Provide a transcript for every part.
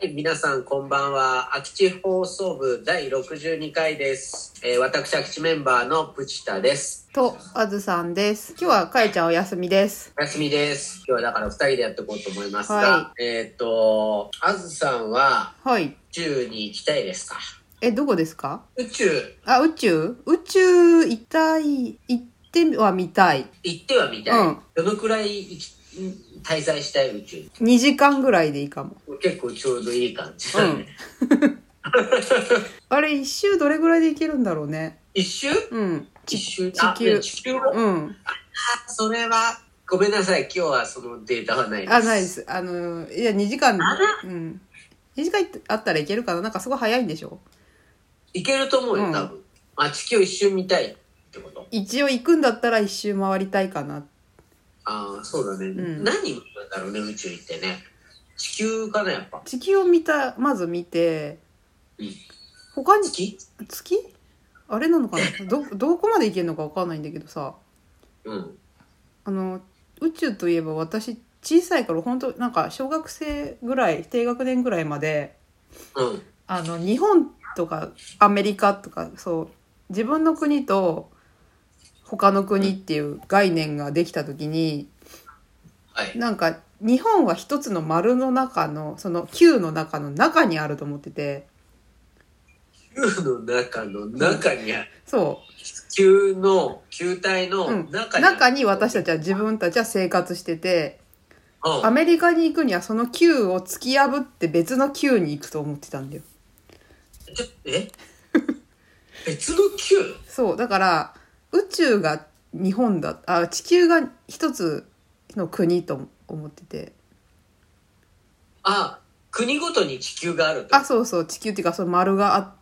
、皆さんこんばんは。空き地放送部第62回です。私空き地メンバーのプチタです。 と、あずさんです。今日はかえちゃんお休みです。 お休みです。今日はだから2人でやっていこうと思いますが、 はあずさんははい。 宇宙に行きたいですか？ どこですか？ 宇宙あ、宇宙行ってはみたい。 行ってはみたい。 うん。 どのくらい滞在したい宇宙に？ 2時間ぐらいでいいかも。 結構ちょうどいい感じだね。 あれ、一周どれぐらいで行けるんだろうね。 一周？ うん。 一周？ 地球。 地球を？ うん。 それはごめんなさい。今日はそのデータはないです。 ないです。いや、2時間、うん。2時間あったらいけるかな。なんかすごい早いんでしょ？ いけると思うよ、多分。地球一周見たいってこと？ 一応行くんだったら一周回りたいかな。 ああ、そうだね。何見るんだろうね、宇宙行ってね。地球かな、やっぱ。 地球をまず見て、他に、月あれなのかなどこまで行けるのか分かんないんだけどさ。宇宙といえば私、小さい頃、本当なんか小学生ぐらい、低学年ぐらいまで、日本とかアメリカとか、そう、自分の国と他の国っていう概念ができた時に、なんか日本は一つの丸の中のその球の中の中にあると思ってて、 球の中の中にある、 そう球体の中に私たちは自分たちは生活してて、アメリカに行くにはその球を突き破って別の球に行くと思ってたんだよ。 別の球？ そうだから宇宙が日本地球が一つの国と思ってて。 国ごとに地球があると。そうそう、地球っていうかその丸があって、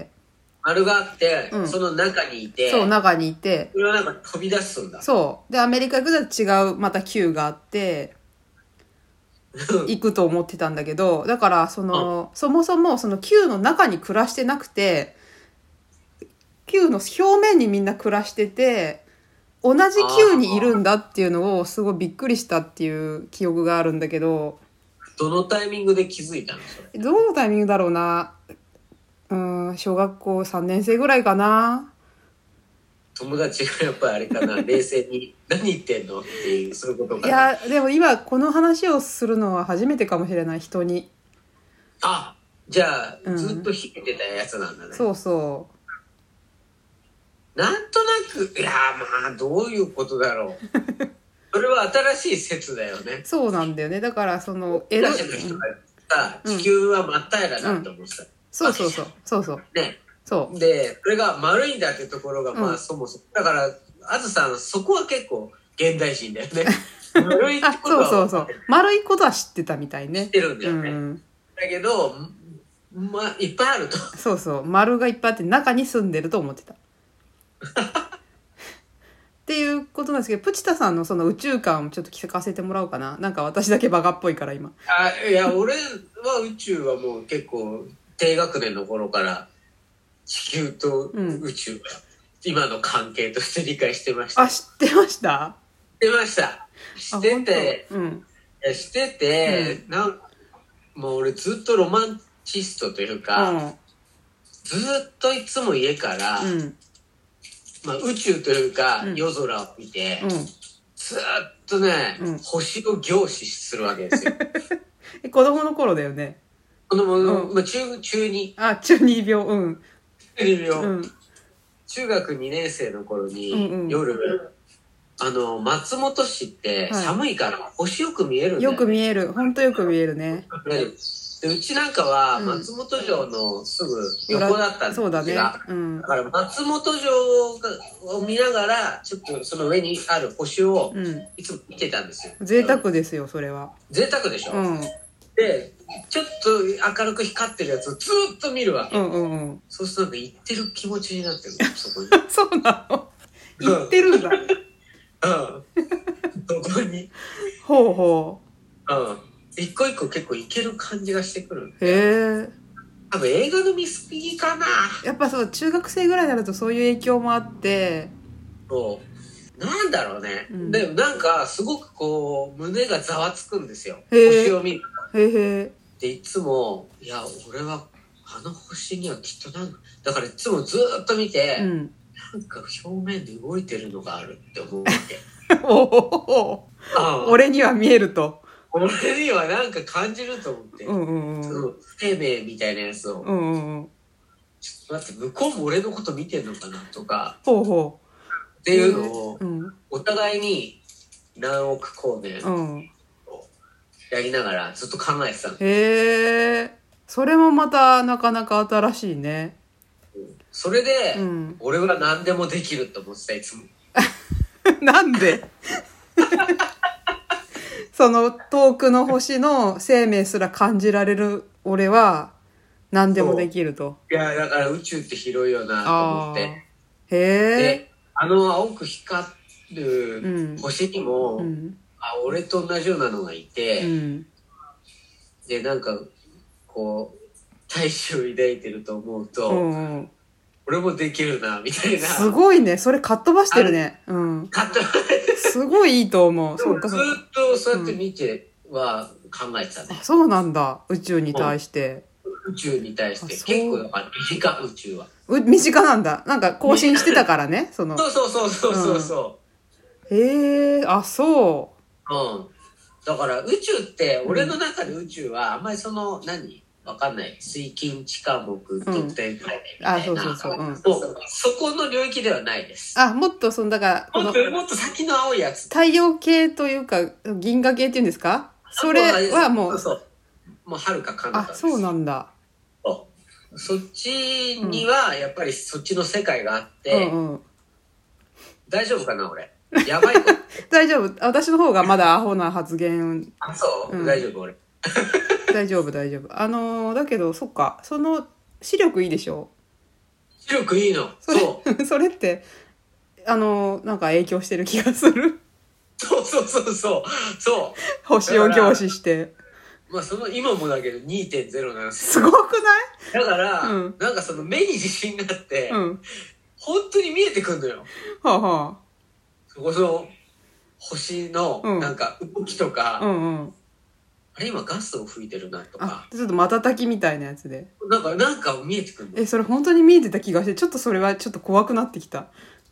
その中にいて、 そう中にいて、 それはなんか飛び出すんだ。 そうでアメリカ行くと違うまた球があって行くと思ってたんだけど、だからそもそもその球の中に暮らしてなくて、球の表面にみんな暮らしてて、同じ球にいるんだっていうのをすごいびっくりしたっていう記憶があるんだけど。 どのタイミングで気づいたの？それどのタイミングだろうな。小学校3年生ぐらいかな。 友達がやっぱりあれかな、冷静に何言ってんのっていう、そういうことかな。 いやでも今この話をするのは初めてかもしれない、人に。 じゃあ、ずっと引けてたやつなんだね。 そうそう。 なんとなく、どういうことだろう。それは新しい説だよね。 そうなんだよね。だからその江戸の人が地球は真っ平らだって思ってた。 そうそう。 ね。そうで、それが丸いんだってところがそもそもだから、あずさんそこは結構現代人だよね。丸いってことはそう丸いことは知ってたみたいね。 知ってるんだよね。だけどいっぱいあると。 そう丸がいっぱいあって中に住んでると思ってた。っていうことなんですけど、プチタさんのその宇宙観をちょっと聞かせてもらおうかな。なんか私だけバカっぽいから今。 いや俺は宇宙はもう結構低学年の頃から地球と宇宙が今の関係として理解してました。 知ってました？ 知ってて、もう俺ずっとロマンチストというか、ずっといつも家から、宇宙というか夜空を見て、ずっとね、星を凝視するわけですよ。 子供の頃だよね。 中2。 中2病。 中学2年生の頃に、夜、松本市って寒いから星よく見えるんだよね。 よく見える。ほんとよく見えるね。 でうちなんかは松本城のすぐ横だったんですが、 そうだね。だから松本城を見ながら、ちょっとその上にある星をいつも見てたんですよ。 贅沢ですよ、それは。 贅沢でしょ。で、ちょっと明るく光ってるやつをずっと見るわけ。そうするとなんか行ってる気持ちになってる、そこに。 そうなの？行ってるんだ。 そこに。 ほう。 一個一個結構いける感じがしてくるんで。 へえ。 多分映画の見過ぎかな。 やっぱそう、中学生ぐらいになるとそういう影響もあって。 なんだろうね。でもなんかすごくこう胸がざわつくんですよ。星を見る。 でいつもいや俺はあの星にはきっとだからいつもずっと見て、なんか表面で動いてるのがあるって思うわけおお、俺には見えると。 俺にはなんか感じると思って、その生命みたいなやつを、ちょっと待って向こうも俺のこと見てんのかなとかっていうのを、お互いに何億光年やりながらずっと考えてたの。 へえ、それもまたなかなか新しいね。 それで、俺は何でもできると思ってたいつも。 なんでその遠くの星の生命すら感じられる俺は何でもできると。 いやだから宇宙って広いよなと思って。へえ。 で青く光る星にも、俺と同じようなのがいて、でなんかこう大志を抱いてると思うと、俺もできるなみたいな。 すごいね、それかっ飛ばしてるね。 かっ飛ばしてすごいいいと思う。 ずっとそうやって見ては考えてたね。 そうなんだ、宇宙に対して。 宇宙に対して結構やっぱ身近、宇宙は身近なんだ。なんか更新してたからね。そうへえ、あ、そう。 だから宇宙って俺の中で宇宙はあんまりそのわかんない水金地下木特定概念みたいな、そこの領域ではないです。 もっとだからもっと先の青いやつ、 太陽系というか銀河系っていうんですか、それはもうもう遥か彼方です。 そうなんだ。 そっちにはやっぱりそっちの世界があって、大丈夫かな俺、やばいこと大丈夫、私の方がまだアホな発言。 そう、大丈夫俺大丈夫だけどそっか、その視力いいでしょ。 視力いいの。 それってなんか影響してる気がする。 そう星を凝視して、 その今もだけど 2.0 なんですよ。すごくない？ だから、なんかその目に自信があって、本当に見えてくんのよ。そこの星のなんか動きとか、あれ今ガスを吹いてるなとか、 ちょっと瞬きみたいなやつでなんか見えてくるの。 それ本当に見えてた気がして、ちょっとそれはちょっと怖くなってきた。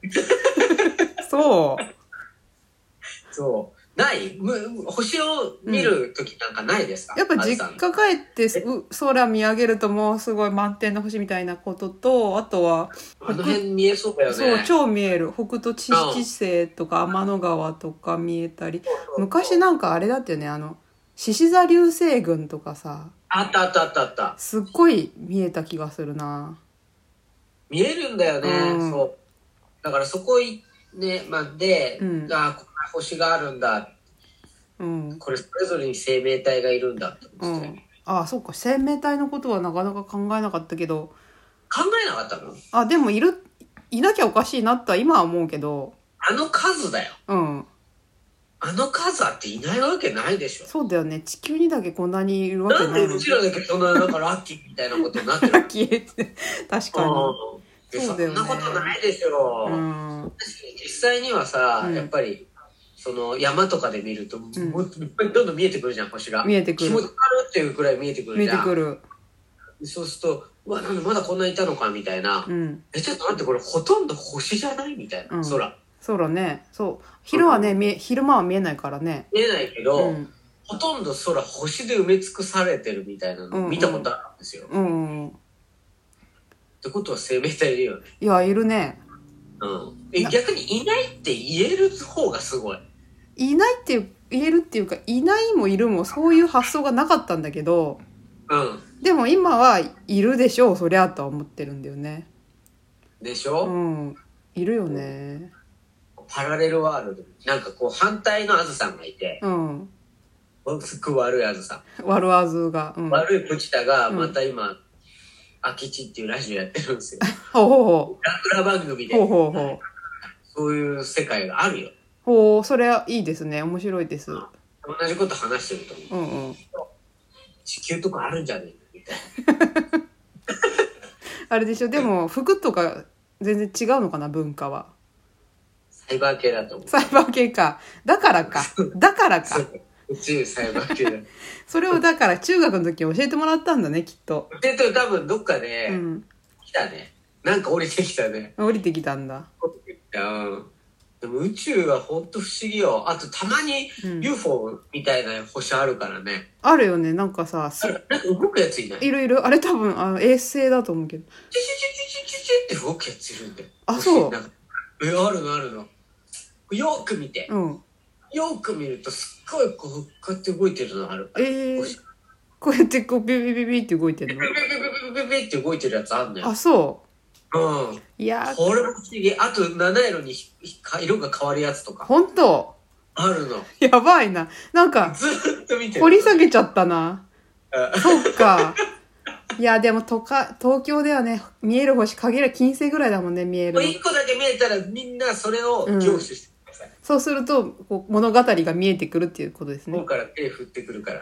そうない星を見る時なんかないですか？ やっぱ実家帰って空見上げるともうすごい満天の星みたいなことと、あとはあの辺見えそうだよね。 そう、超見える。北斗七星とか天の川とか見えたり、昔なんかあれだったよね、獅子座流星群とかさ、 あったすっごい見えた気がするな。 見えるんだよね。そうだからそこね、で、こんな星があるんだ、これそれぞれに生命体がいるんだって思って、 そうか、生命体のことはなかなか考えなかったけど。 考えなかったの？ でもいなきゃおかしいなとは今は思うけど。 あの数だよ。あの数あっていないわけないでしょ。 そうだよね、地球にだけこんなにいるわけない。 なんでうちらだけそんななんかラッキーみたいなことになってる？ ラッキーって確かに。 そんなことないでしょ。実際にはさ、やっぱりその山とかで見ると、もっといっぱいどんどん見えてくるじゃん、星が。 見えてくる。 気持ち悪いっていうくらい見えてくるじゃん。 見えてくる。 そうすると、なんでまだこんないたのかみたいな。ちょっと待って、これほとんど星じゃないみたいな、空ね。そう。昼間は見えないからね。見えないけど、ほとんど空星で埋め尽くされてるみたいなの見たことあるんですよ。ってことは生命体いるよね。いや、いるね。逆にいないって言える方がすごい。いないって言えるっていうか、いないもいるもそういう発想がなかったんだけど、でも今はいるでしょう、そりゃとは思ってるんだよね。でしょ？いるよね。パラレルワールド、なんかこう反対のあずさんがいて、すっごい悪いあずさん。悪あずが。悪いプチタがまた今、空き地っていうラジオやってるんですよ。裏番組で。そういう世界があるよ。それはいいですね。面白いです。同じこと話してると思う。地球とかあるんじゃねえみたいな。あれでしょ、でも服とか全然違うのかな、文化は。サイバー系だと思う。サイバー系か。だからか。 宇宙さえ負けない。 それをだから中学の時教えてもらったんだね、きっと。 多分どっかで、来たね。なんか降りてきたね。 降りてきたんだ。 でも宇宙はほんと不思議よ。あとたまに UFO みたいな星あるからね。 あるよね、なんかさ。 なんか動くやついない？ いるいる。あれ多分衛星だと思うけど。 チュチュチュチュチュチュって動くやついるんだよ。 あ、そう。 あるのあるの。よく見て。よく見るとすっごいこうやって動いてるのある。こうやってこうビビビビって動いてるの？ビビビビビビビって動いてるやつあんのよ。あ、そう。いやこれも不思議。あと七色に色が変わるやつとか。ほんと？あるの。やばいな。なんかずっと見てる。掘り下げちゃったな。そっか。いやでも東京ではね、見える星限ら金星ぐらいだもんね、見える。一個だけ見えたらみんなそれを凝視してください。そうするとこう物語が見えてくるっていうことですね。ここから手振ってくるから。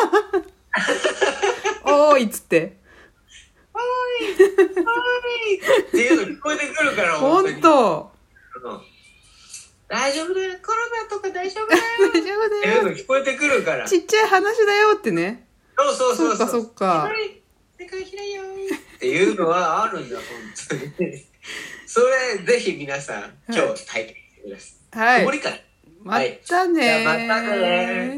おーいっつって。おーいっていうの聞こえてくるから。ほんと。大丈夫だよ、コロナとか大丈夫だよ。大丈夫だよ。っていうの聞こえてくるから。ちっちゃい話だよってね。そう。そっかそっか。世界広いよっていうのはあるんだ、本当に。それぜひ皆さん今日体験してください。はい。曇りかな。またね。じゃあまたね。